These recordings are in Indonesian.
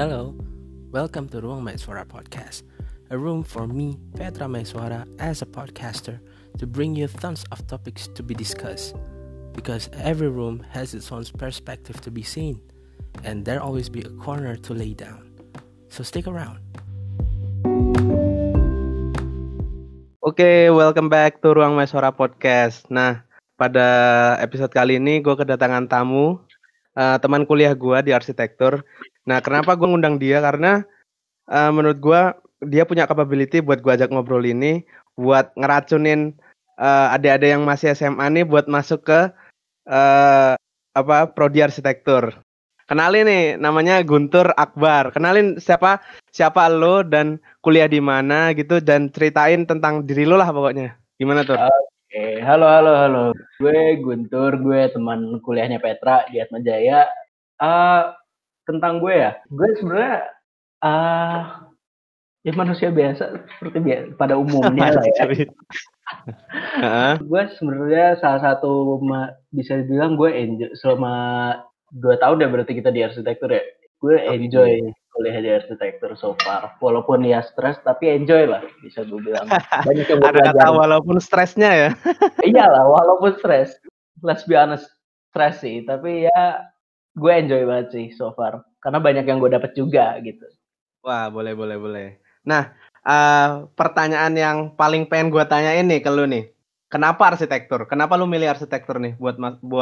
Hello, welcome to Ruang Maeswara Podcast, a room for me, Petra Maeswara, as a podcaster, to bring you tons of topics to be discussed. Because every room has its own perspective to be seen, and there always be a corner to lay down. So stick around. Oke, welcome back to Ruang Maeswara Podcast. Nah, pada episode kali ini gue kedatangan tamu, teman kuliah gue di arsitektur. Nah, kenapa gue ngundang dia? Karena menurut gue dia punya capability buat gue ajak ngobrol ini, buat ngeracunin adik-adik yang masih SMA nih buat masuk ke prodi arsitektur. Kenalin nih, namanya Guntur Akbar. Kenalin siapa lo dan kuliah di mana gitu, dan ceritain tentang diri lo lah pokoknya. Gimana Tur? Oke, halo. Gue Guntur, gue teman kuliahnya Petra di Atmajaya. Tentang gue ya, gue sebenarnya ya manusia biasa seperti pada umumnya lah ya. Gue sebenarnya salah satu bisa dibilang gue enjoy selama 2 tahun ya berarti kita di arsitektur ya. Gue enjoy kuliah di arsitektur so far. Walaupun ya stres tapi enjoy lah bisa gue bilang. Banyak yang ada kata walaupun stresnya ya. Iyalah, walaupun stres. Let's be honest, stres sih. Tapi ya gue enjoy banget sih so far. Karena banyak yang gue dapet juga gitu. Wah, boleh. Nah, pertanyaan yang paling pengen gue tanyain nih ke lu nih. Kenapa arsitektur? Kenapa lu milih arsitektur nih buat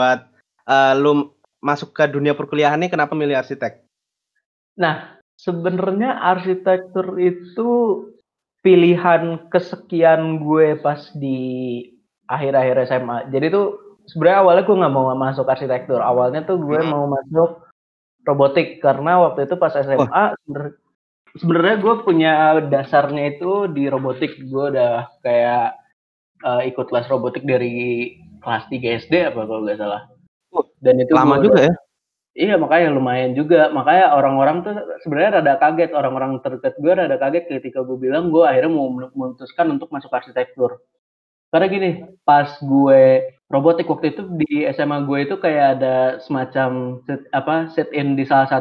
lu masuk ke dunia perkuliahan nih, kenapa milih arsitek? Nah, sebenarnya arsitektur itu pilihan kesekian gue pas di akhir-akhir SMA. Jadi tuh sebenarnya awalnya gue nggak mau masuk arsitektur. Awalnya tuh gue mau masuk robotik karena waktu itu pas SMA sebenarnya gue punya dasarnya itu di robotik. Gue udah kayak ikut les robotik dari kelas 3 SD apa kalau nggak salah. Dan itu lama juga ya? Iya, makanya lumayan juga. Makanya orang-orang tuh sebenarnya rada kaget. Orang-orang terdekat gue rada kaget ketika gue bilang gue akhirnya mau memutuskan untuk masuk arsitektur. Karena gini, pas gue robotik waktu itu di SMA gue itu kayak ada semacam sit in di salah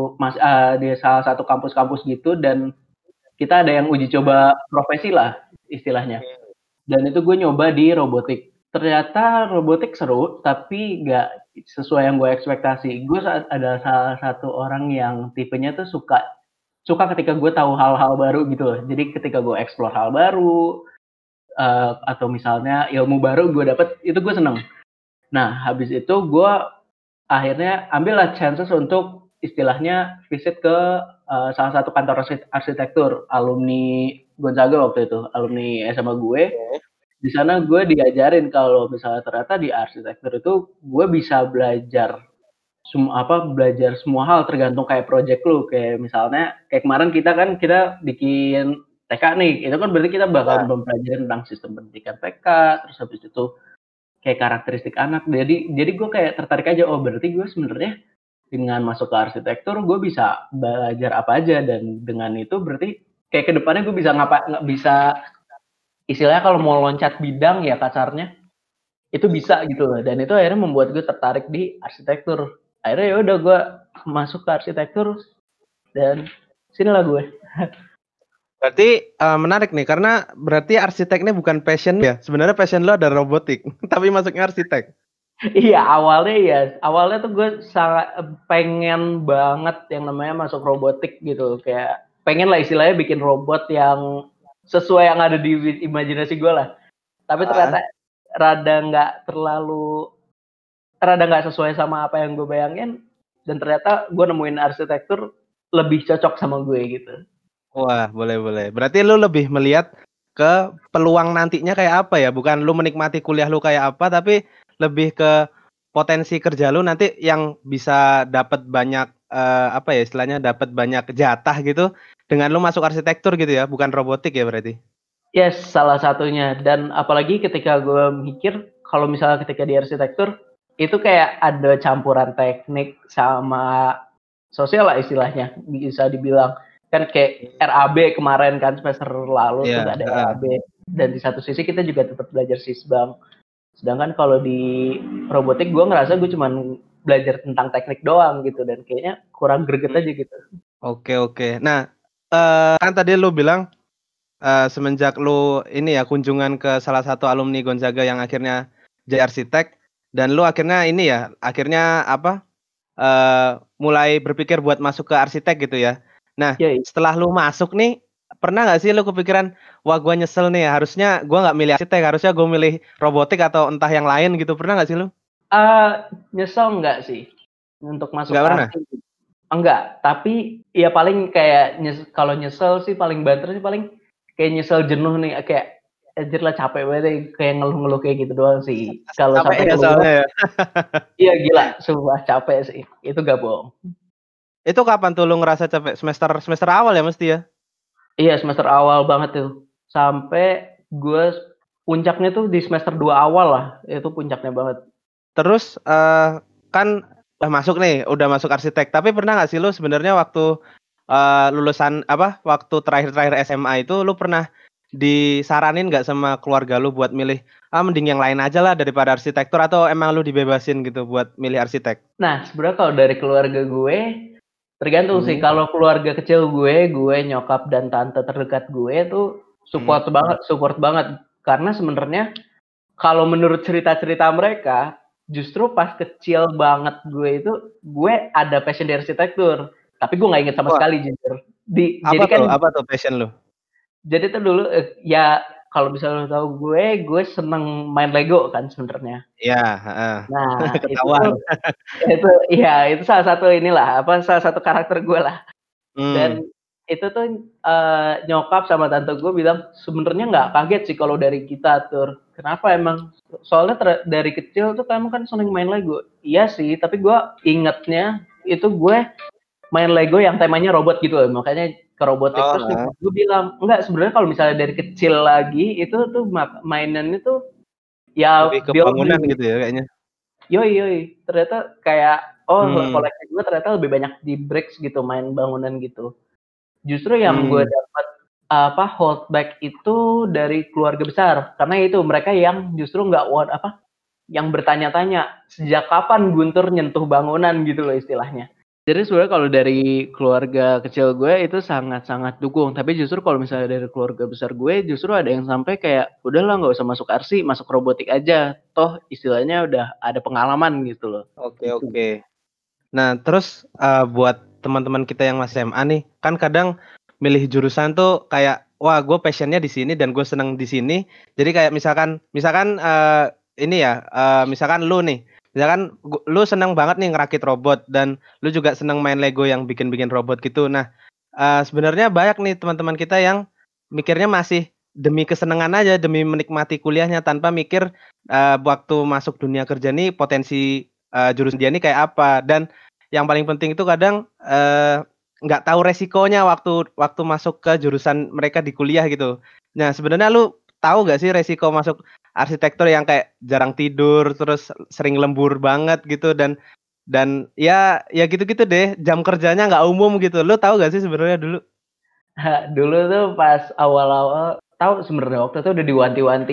satu kampus-kampus gitu, dan kita ada yang uji coba profesi lah istilahnya. Dan itu gue nyoba di robotik. Ternyata robotik seru, tapi nggak sesuai yang gue ekspektasi. Gue ada salah satu orang yang tipenya tuh suka ketika gue tahu hal-hal baru gitu loh. Jadi ketika gue explore hal baru, atau misalnya ilmu baru gue dapet, itu gue seneng. Nah, habis itu gue akhirnya ambillah chances untuk istilahnya visit ke salah satu kantor arsitektur, alumni Gonzaga waktu itu, alumni SMA gue. Di sana gue diajarin kalau misalnya ternyata di arsitektur itu gue bisa belajar semua hal tergantung kayak project lu. Kayak misalnya kayak kemarin kita bikin TK nih, itu kan berarti kita bakal mempelajari tentang sistem pendidikan TK, terus habis itu kayak karakteristik anak. Jadi gue kayak tertarik aja, oh berarti gue sebenarnya dengan masuk ke arsitektur gue bisa belajar apa aja, dan dengan itu berarti kayak kedepannya gue bisa nggak bisa istilahnya kalau mau loncat bidang ya kasarnya itu bisa gitu loh. Dan itu akhirnya membuat gue tertarik di arsitektur. Akhirnya ya udah gue masuk ke arsitektur dan sinilah gue. Berarti menarik nih, karena berarti arsitek ini bukan passion ya. Sebenarnya passion lo ada robotik, tapi masuknya arsitek. Iya, awalnya tuh gue sangat pengen banget yang namanya masuk robotik gitu. Kayak pengen lah istilahnya bikin robot yang sesuai yang ada di imajinasi gue lah. Tapi ternyata rada nggak sesuai sama apa yang gue bayangin, dan ternyata gue nemuin arsitektur lebih cocok sama gue gitu. Wah, boleh. Berarti lu lebih melihat ke peluang nantinya kayak apa ya? Bukan lu menikmati kuliah lu kayak apa, tapi lebih ke potensi kerja lu nanti yang bisa dapat banyak istilahnya dapat banyak jatah gitu dengan lu masuk arsitektur gitu ya, bukan robotik ya berarti. Yes, salah satunya. Dan apalagi ketika gue mikir kalau misalnya ketika di arsitektur itu kayak ada campuran teknik sama sosial lah istilahnya, bisa dibilang. Kan kayak RAB kemarin kan semester lalu tuh ada RAB, dan di satu sisi kita juga tetap belajar sisbang. Sedangkan kalau di robotik gue ngerasa gue cuman belajar tentang teknik doang gitu, dan kayaknya kurang greget aja gitu. Oke. Nah, kan tadi lu bilang semenjak lu ini ya kunjungan ke salah satu alumni Gonzaga yang akhirnya jadi arsitek dan lu akhirnya ini ya, akhirnya apa, mulai berpikir buat masuk ke arsitek gitu ya. Nah, Ya, setelah lu masuk nih, pernah nggak sih lu kepikiran, "Wah gua nyesel nih, harusnya gua nggak milih arsitek, harusnya gua milih robotik atau entah yang lain," gitu, pernah nggak sih lu? nyesel enggak sih untuk masuk Nggak pernah? arsi? Enggak, tapi ya paling kayak kalau nyesel sih paling banter sih paling kayak nyesel jenuh nih kayak anjir lah capek banget deh, kayak ngeluh-ngeluh kayak gitu doang sih. Kalau Capek sampai ya keluar, soalnya ya? iya gila, sumpah capek sih. Itu gak bohong. Itu kapan tuh lu ngerasa capek? Semester semester awal ya mesti ya? Iya semester awal banget tuh. Sampai gue puncaknya tuh di semester 2 awal lah. Itu puncaknya banget. Terus, kan udah masuk arsitek, tapi pernah nggak sih lu sebenarnya waktu, lulusan apa, waktu terakhir-terakhir SMA itu lu pernah disaranin nggak sama keluarga lu buat milih, mending yang lain aja lah daripada arsitektur atau emang lu dibebasin gitu buat milih arsitek? Nah sebenarnya kalau dari keluarga gue tergantung sih. Mhm, Kalau keluarga kecil gue nyokap dan tante terdekat gue tuh mhm. support banget. Karena sebenarnya kalau menurut cerita-cerita mereka, justru pas kecil banget gue ada passion di arsitektur. Tapi gue nggak inget sama Wah, sekali jujur. Jadi kan apa tuh passion lu? jadi tuh dulu ya kalau misalnya lo tahu gue seneng main Lego kan sebenarnya. Iya, heeh, Nah, ketahuan. itu salah satu inilah apa salah satu karakter gue lah. Mmm, Dan itu tuh nyokap sama tante gue bilang sebenarnya nggak kaget sih kalau dari kita Tur. Kenapa emang? Soalnya dari kecil tuh kamu kan seneng main Lego. Iya sih, tapi gue ingetnya itu gue main Lego yang temanya robot gitu loh, makanya ke robotik. oh, Terus heeh, gue bilang, enggak sebenarnya kalau misalnya dari kecil lagi itu tuh mainannya tuh lebih ya ke bangunan building. gitu ya kayaknya? Yoi, ternyata kayak Mmm, koleksi gue ternyata lebih banyak di bricks gitu, main bangunan gitu. Justru yang gue mmm, dapat apa hold back itu dari keluarga besar karena itu mereka yang justru nggak yang bertanya-tanya sejak kapan Guntur nyentuh bangunan gitu loh istilahnya. Jadi sebenarnya kalau dari keluarga kecil gue itu sangat-sangat dukung, tapi justru kalau misalnya dari keluarga besar gue justru ada yang sampai kayak, "Udahlah nggak usah masuk arsi, masuk robotik aja, toh istilahnya udah ada pengalaman," gitu loh, gitu. oke. Nah, terus, buat teman-teman kita yang masih SMA nih, kan kadang milih jurusan tuh kayak, "Wah, gue passion-nya di sini dan gue seneng di sini." Jadi kayak misalkan misalkan, ini ya, misalkan lu nih, misalkan lu seneng banget nih ngerakit robot dan lu juga seneng main Lego yang bikin-bikin robot gitu. Nah, sebenarnya banyak nih teman-teman kita yang mikirnya masih demi kesenangan aja, demi menikmati kuliahnya tanpa mikir, waktu masuk dunia kerja nih potensi, jurusan dia nih kayak apa. Dan yang paling penting itu kadang, nggak tahu resikonya waktu waktu masuk ke jurusan mereka di kuliah gitu. Nah, sebenarnya lu tahu nggak sih resiko masuk arsitektur yang kayak jarang tidur, terus sering lembur banget gitu dan ya gitu-gitu deh, jam kerjanya nggak umum gitu. Lu tahu nggak sih sebenarnya dulu? Dulu tuh pas awal-awal tahu sebenarnya waktu itu udah diwanti-wanti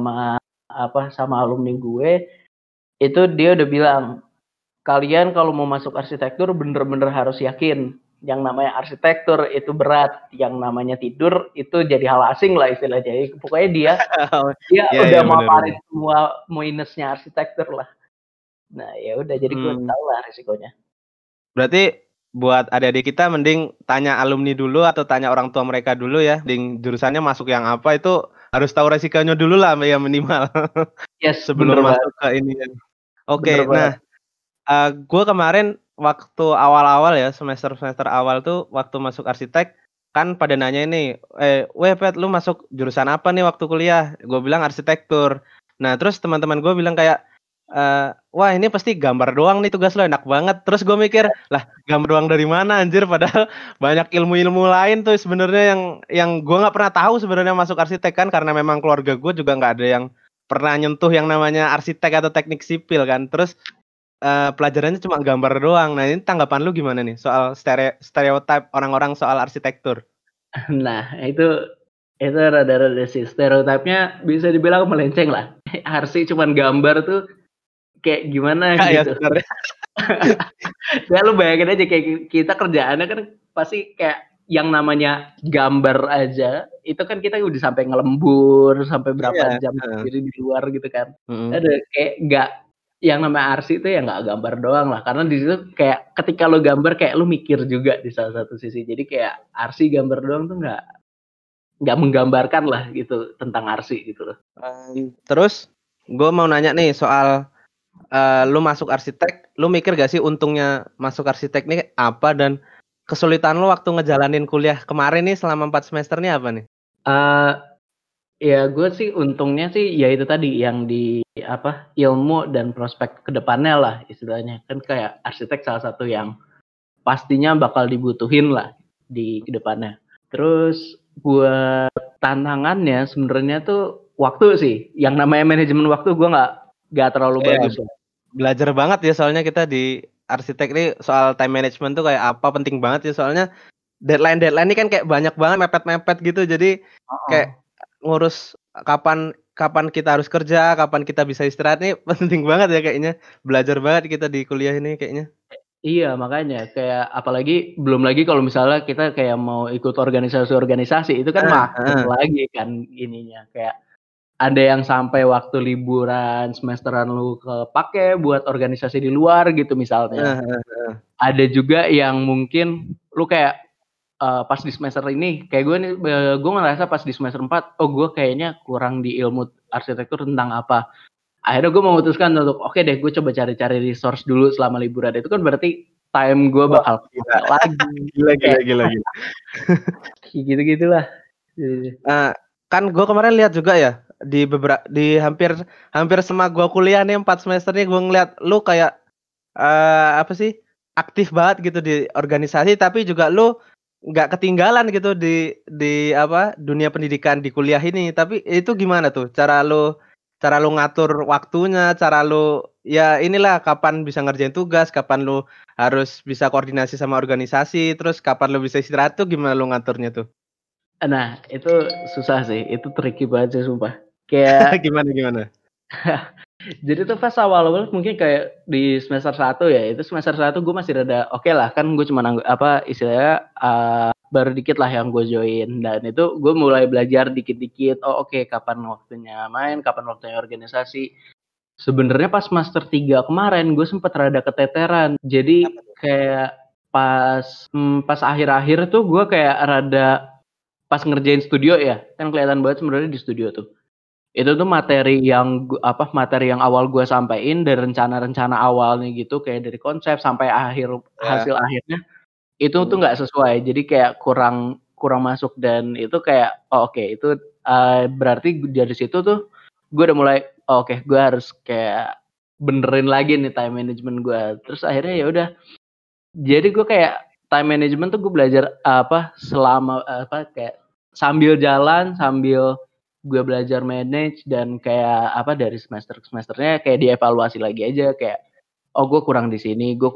sama alumni gue, itu dia udah bilang, "Kalian kalau mau masuk arsitektur bener-bener harus yakin, yang namanya arsitektur itu berat, yang namanya tidur itu jadi hal asing lah istilahnya." Jadi pokoknya dia dia Iya udah iya, bener maparin bener. semua minusnya arsitektur lah. Nah, ya udah jadi gue Mmm, tahu lah risikonya. berarti buat adik-adik kita mending tanya alumni dulu atau tanya orang tua mereka dulu ya, mending jurusannya masuk yang apa itu harus tahu resikonya dulu lah ya minimal Yes, sebelum bener banget masuk ke ini ya. bener Oke, banget. nah, gue kemarin waktu awal-awal ya, semester-semester awal tuh waktu masuk arsitek, kan pada nanya ini, "Weh Pet, lu masuk jurusan apa nih waktu kuliah?" Gue bilang arsitektur. Nah terus teman-teman gue bilang kayak, "Wah ini pasti gambar doang nih tugas lo, enak banget." Terus gue mikir, "Lah gambar doang dari mana anjir?" Padahal banyak ilmu-ilmu lain tuh sebenarnya yang gue nggak pernah tahu sebenarnya masuk arsitek kan, karena memang keluarga gue juga nggak ada yang pernah nyentuh yang namanya arsitek atau teknik sipil kan. Terus pelajarannya cuma gambar doang. Nah, ini tanggapan lu gimana nih soal stereotype orang-orang soal arsitektur? Nah, itu rada-rada sih stereotipnya bisa dibilang melenceng lah. Arsi cuman gambar tuh kayak gimana Enggak ya gitu. sebenarnya? Ya lu bayangin aja kayak kita kerjaannya kan pasti kayak yang namanya gambar aja itu kan kita udah sampai ngelembur sampai berapa jam sendiri di luar gitu kan. Ada kayak nggak yang namanya arsi itu ya nggak gambar doang lah karena di situ kayak ketika lo gambar kayak lo mikir juga di salah satu sisi. Jadi kayak arsi gambar doang tuh nggak menggambarkan lah gitu tentang arsi gitu loh. Terus gue mau nanya nih soal lu masuk arsitek, lu mikir gak sih untungnya masuk arsitek nih apa dan kesulitan lu waktu ngejalanin kuliah kemarin nih selama 4 semester nih apa nih? Ya gue sih untungnya sih ya itu tadi yang di ilmu dan prospek kedepannya lah istilahnya kan kayak arsitek salah satu yang pastinya bakal dibutuhin lah di kedepannya. Terus buat tantangannya sebenarnya tuh waktu sih. Yang namanya manajemen waktu gue nggak terlalu bagus lah. Belajar banget ya soalnya kita di arsitek nih soal time management tuh kayak apa penting banget ya soalnya deadline ini kan kayak banyak banget mepet gitu jadi kayak ngurus kapan kita harus kerja, kapan kita bisa istirahat nih penting banget ya kayaknya. Belajar banget kita di kuliah ini kayaknya. Iya, makanya kayak apalagi belum lagi kalau misalnya kita kayak mau ikut organisasi itu kan makin lagi kan ininya kayak ada yang sampai waktu liburan semesteran lu kepake buat organisasi di luar gitu misalnya. Ada juga yang mungkin lu kayak pas di semester ini kayak gue ngerasa pas di semester 4 gue kayaknya kurang di ilmu arsitektur tentang apa. Akhirnya gue memutuskan untuk oke deh gue coba cari-cari resource dulu selama liburan. Itu kan berarti time gue bakal lagi. Gila. Gitu-gitulah. Kan gue kemarin lihat juga ya di hampir semua gue kuliah nih 4 semester nih gue ngeliat lu kayak aktif banget gitu di organisasi tapi juga lu nggak ketinggalan gitu di dunia pendidikan di kuliah ini. Tapi itu gimana tuh cara lu ngatur waktunya, cara lu ya inilah kapan bisa ngerjain tugas, kapan lu harus bisa koordinasi sama organisasi, terus kapan lu bisa istirahat tuh gimana lu ngaturnya tuh? Nah, itu susah sih, itu tricky banget sih sumpah. Kayak gimana? Jadi tuh pas awal-awal mungkin kayak di semester 1 ya, itu semester 1 gue masih rada oke lah, kan gue cuma istilahnya baru dikit lah yang gue join dan itu gue mulai belajar dikit-dikit. Kapan waktunya main, kapan waktunya organisasi. Sebenarnya pas semester 3 kemarin gue sempet rada keteteran. Jadi kayak pas akhir-akhir tuh gue kayak rada pas ngerjain studio ya, kan kelihatan banget sebenarnya di studio tuh. Itu tuh materi yang awal gue sampein dari rencana-rencana awalnya gitu kayak dari konsep sampai hasil akhirnya itu tuh nggak sesuai. Jadi kayak kurang masuk dan itu kayak itu berarti dari situ tuh gue udah mulai gue harus kayak benerin lagi nih time management gue. Terus akhirnya ya udah. Jadi gue kayak time management tuh gue belajar selama kayak sambil jalan sambil gue belajar manage dan kayak dari semester ke semesternya kayak dievaluasi lagi aja kayak gue kurang di sini, gue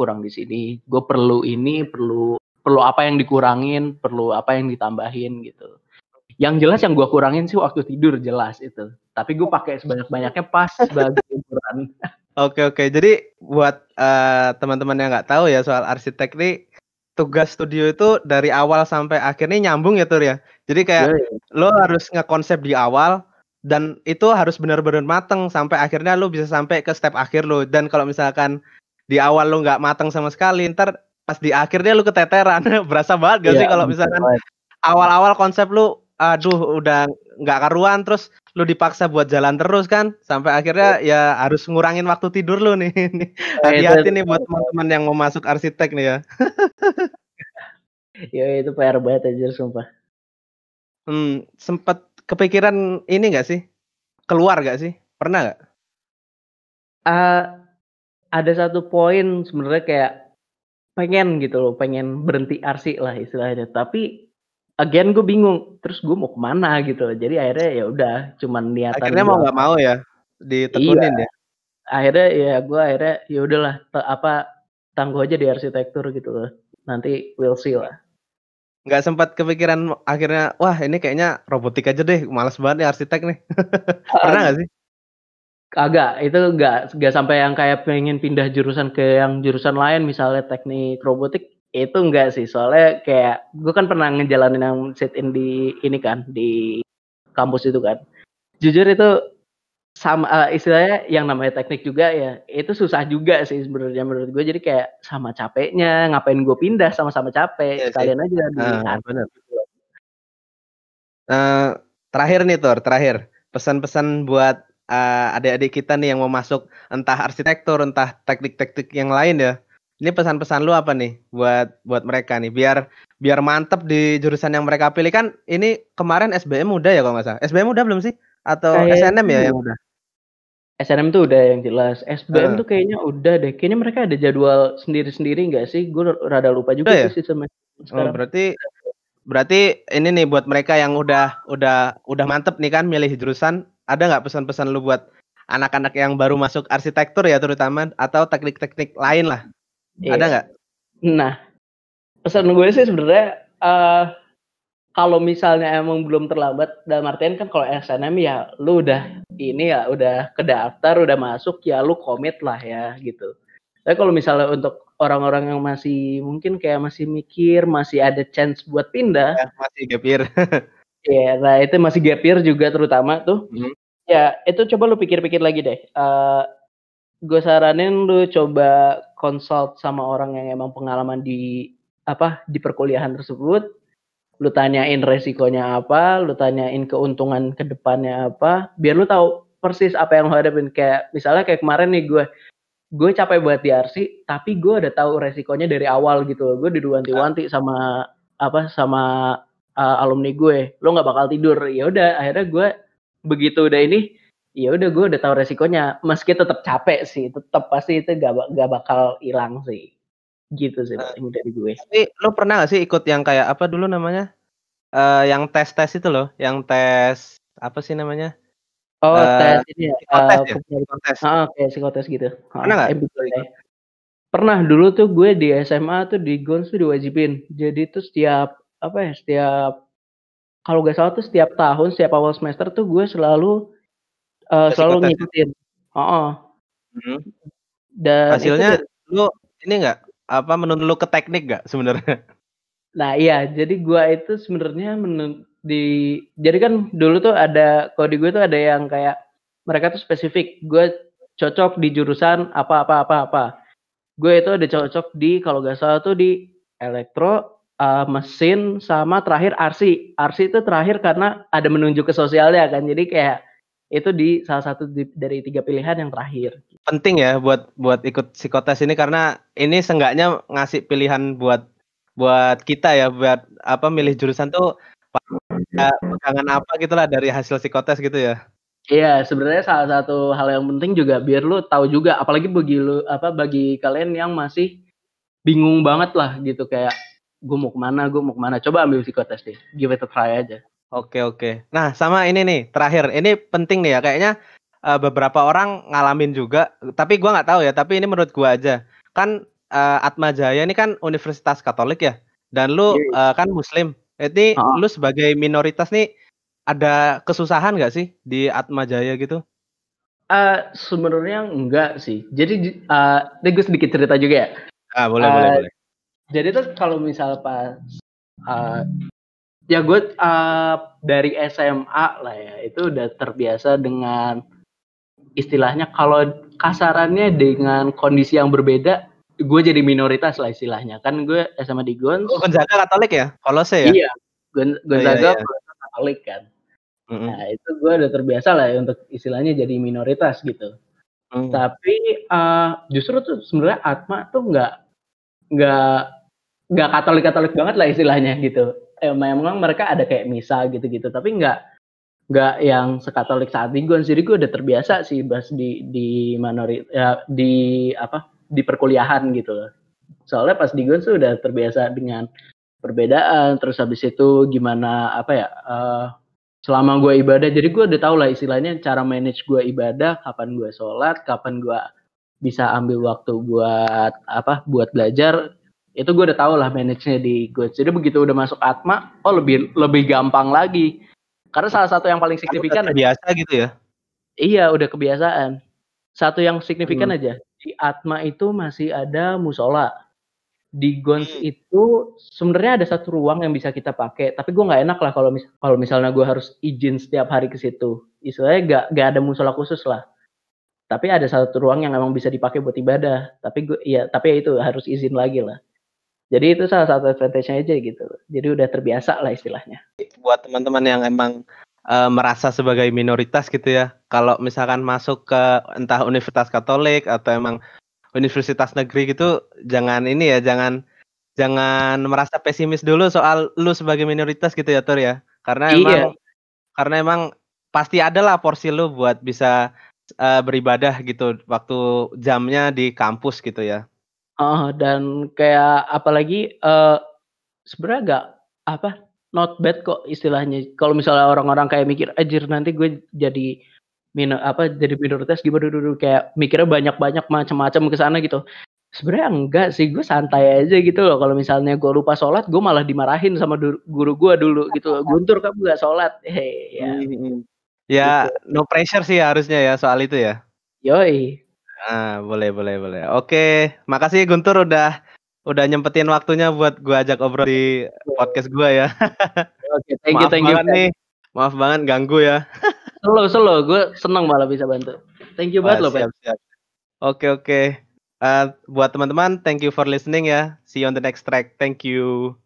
perlu ini, perlu apa yang dikurangin, perlu apa yang ditambahin gitu. Yang jelas yang gue kurangin sih waktu tidur jelas itu. Tapi gue pakai sebanyak-banyaknya pas bagi liburan. Oke. Jadi buat teman-teman yang nggak tahu ya soal arsitek nih tugas studio itu dari awal sampai akhirnya nyambung ya Tur ya. Jadi kayak lo harus ngekonsep di awal dan itu harus benar-benar mateng sampai akhirnya lo bisa sampai ke step akhir lo. Dan kalau misalkan di awal lo nggak mateng sama sekali, ntar pas di akhirnya lo keteteran. Berasa banget gak sih kalau misalkan awal-awal konsep lo udah nggak karuan terus lo dipaksa buat jalan terus kan sampai akhirnya ya harus ngurangin waktu tidur lo nih. Hati-hati nih buat teman-teman yang mau masuk arsitek nih ya. Ya itu PR banget aja sumpah. Sempet kepikiran ini nggak sih? Keluar nggak sih? Pernah nggak? Ada satu poin sebenarnya kayak pengen gitu loh, pengen berhenti arsi lah istilahnya. Tapi again gue bingung, terus gue mau kemana gitu. Jadi akhirnya ya udah, cuman niatan. Akhirnya mau nggak mau ya, ditekunin ya. Akhirnya ya udahlah, tangguh aja di arsitektur gitu loh. Nanti we'll see lah. Nggak sempat kepikiran akhirnya, wah ini kayaknya robotik aja deh, malas banget nih arsitek nih. Pernah nggak sih? Agak, itu nggak sampai yang kayak pengen pindah jurusan ke yang jurusan lain, misalnya teknik robotik, Itu enggak sih, soalnya kayak gue kan pernah ngejalanin yang sit-in di ini kan, di kampus itu kan. Jujur itu sama istilahnya yang namanya teknik juga ya, itu susah juga sih sebenarnya menurut gue. Jadi kayak sama capeknya, ngapain gue pindah sama-sama capek, Iya sih. sekalian aja di Benar. Eh, terakhir nih terakhir pesan-pesan buat adik-adik kita nih yang mau masuk entah arsitektur, entah teknik-teknik yang lain ya. Ini pesan-pesan lu apa nih buat mereka nih biar mantep di jurusan yang mereka pilih kan ini kemarin SBM udah ya kalau nggak salah. SBM udah belum sih? Atau SNM ya yang udah? SNM tuh udah yang jelas. SBM Heeh. tuh kayaknya udah deh. Kayaknya mereka ada jadwal sendiri-sendiri nggak sih? Gue rada lupa Udah juga ya? tuh sistemnya Oh, sekarang. berarti ini nih buat mereka yang udah mantep nih kan milih jurusan, ada nggak pesan-pesan lu buat anak-anak yang baru masuk arsitektur ya terutama atau teknik-teknik lain lah? Ada Iya. nggak? Nah, pesan gue sih sebenarnya kalau misalnya emang belum terlambat, dalam artian kan kalau SNM ya lu udah ini ya udah kedaftar, udah masuk ya lu komit lah ya gitu. Tapi kalau misalnya untuk orang-orang yang masih mungkin kayak masih mikir, masih ada chance buat pindah, Ya, masih gap year. ya nah itu masih gap year juga terutama tuh. Mhm. Ya itu coba lu pikir-pikir lagi deh. Gue saranin lu coba consult sama orang yang emang pengalaman di di perkuliahan tersebut. Lu tanyain resikonya apa, lu tanyain keuntungan ke depannya apa, biar lu tahu persis apa yang lu hadapin. Kayak misalnya kayak kemarin nih gue capek buat di RC, tapi gue udah tahu resikonya dari awal gitu. Gue diwanti-wanti sama sama alumni gue, lo nggak bakal tidur. Ya udah, akhirnya gue begitu udah ini, ya udah gue udah tahu resikonya. Meski tetap capek sih, tetap pasti itu gak bakal hilang sih. Gitu sih Nah, paling dari gue. tapi lu pernah nggak sih ikut yang kayak apa dulu namanya? Yang tes itu loh, yang tes apa sih namanya? Oh, tes ini ya, Psikotes ya? Psikotes. kayak psikotes gitu, Pernah nggak lu MBTI. ikut? Pernah, dulu tuh gue di SMA tuh di GONS tuh diwajibin. Jadi tuh setiap kalau nggak salah tuh setiap tahun, setiap awal semester tuh gue Tes selalu psikotes ya? ngikutin. Heeh, Mhm. dan itu Hasilnya lu ini nggak apa menuntut lu ke teknik nggak sebenarnya? nah iya, jadi gue itu sebenarnya jadi kan dulu tuh ada kalau di gue tuh ada yang kayak mereka tuh spesifik, gue cocok di jurusan apa. Gue itu ada cocok di kalau nggak salah tuh di elektro, mesin, sama terakhir arsi. Arsi itu terakhir karena ada menunjuk ke sosialnya kan, jadi kayak itu di salah satu dari 3 pilihan yang terakhir. Penting ya buat ikut psikotes ini karena ini seenggaknya ngasih pilihan buat kita ya buat apa milih jurusan tuh pegangan apa gitulah dari hasil psikotes gitu ya. Iya, sebenarnya salah satu hal yang penting juga biar lu tahu juga, apalagi bagi kalian yang masih bingung banget lah gitu, kayak, gue mau kemana, coba ambil psikotes deh, give it a try aja. Oke. Nah, sama ini nih, terakhir. Ini penting nih ya, kayaknya beberapa orang ngalamin juga, tapi gua nggak tahu ya, tapi ini menurut gua aja. Kan Atma Jaya ini kan Universitas Katolik ya, dan lu Iya. kan Muslim. Ini Heeh. lu sebagai minoritas nih ada kesusahan nggak sih di Atma Jaya gitu? Sebenarnya enggak sih. Jadi ini gue sedikit cerita juga ya. Boleh. Jadi tuh kalau misal pas eee, ya gue dari SMA lah ya, itu udah terbiasa dengan istilahnya kalau kasarannya dengan kondisi yang berbeda, gue jadi minoritas lah istilahnya. Kan gue SMA di GONS. Oh, Gonzaga Katolik ya? Kolose ya? Iya, Oh iya Gonzaga iya. Katolik kan. Mhm. Nah, itu gue udah terbiasa lah ya untuk istilahnya jadi minoritas gitu. Mmm. Tapi justru tuh sebenarnya Atma tuh nggak nggak Katolik banget lah istilahnya gitu. Memang mereka ada kayak misa gitu-gitu, tapi nggak yang sekatolik saat di GONS. Jadi gue udah terbiasa sih bahas di perkuliahan gitu loh. Soalnya pas di GONS tuh udah terbiasa dengan perbedaan, terus habis itu gimana selama gue ibadah, jadi gue udah tahu lah istilahnya cara manage gue ibadah, kapan gue sholat, kapan gue bisa ambil waktu buat belajar. Itu gue udah tahu lah manage-nya di gue. Jadi begitu udah masuk Atma, lebih gampang lagi. Karena salah satu yang paling Karena udah signifikan aja. terbiasa gitu ya? Iya, udah kebiasaan. Satu yang signifikan Mmm. aja, di Atma itu masih ada musola. Di Gons itu sebenarnya ada satu ruang yang bisa kita pakai, tapi gue nggak enak lah kalau misalnya gue harus izin setiap hari ke situ. Istilahnya nggak ada musola khusus lah. Tapi ada satu ruang yang emang bisa dipakai buat ibadah. Tapi ya itu harus izin lagi lah. Jadi itu salah satu advantage-nya aja gitu. Jadi udah terbiasa lah istilahnya. Buat teman-teman yang emang merasa sebagai minoritas gitu ya, kalau misalkan masuk ke entah universitas Katolik atau emang universitas negeri gitu, jangan merasa pesimis dulu soal lu sebagai minoritas gitu ya Tur ya, karena emang pasti ada lah porsi lu buat bisa beribadah gitu waktu jamnya di kampus gitu ya. Dan kayak apalagi sebenarnya not bad kok istilahnya. Kalau misalnya orang-orang kayak mikir, anjir nanti gue jadi minoritas gimana dulu, kayak mikirnya banyak-banyak macam-macam ke sana gitu. Sebenarnya enggak sih, gue santai aja gitu loh. Kalau misalnya gue lupa sholat, gue malah dimarahin sama guru gue dulu gitu. Guntur, kamu gak sholat. Ya. Ya, Gitu. no pressure sih harusnya ya soal itu ya. Yoi. Boleh. Oke, makasih Guntur udah nyempetin waktunya buat gua ajak obrol di podcast gua ya. Oke, thank you. Maaf banget ganggu ya. Selo, gue seneng malah bisa bantu. Thank you banget loh, Pak. Siap. Oke. Buat teman-teman, thank you for listening ya. See you on the next track. Thank you.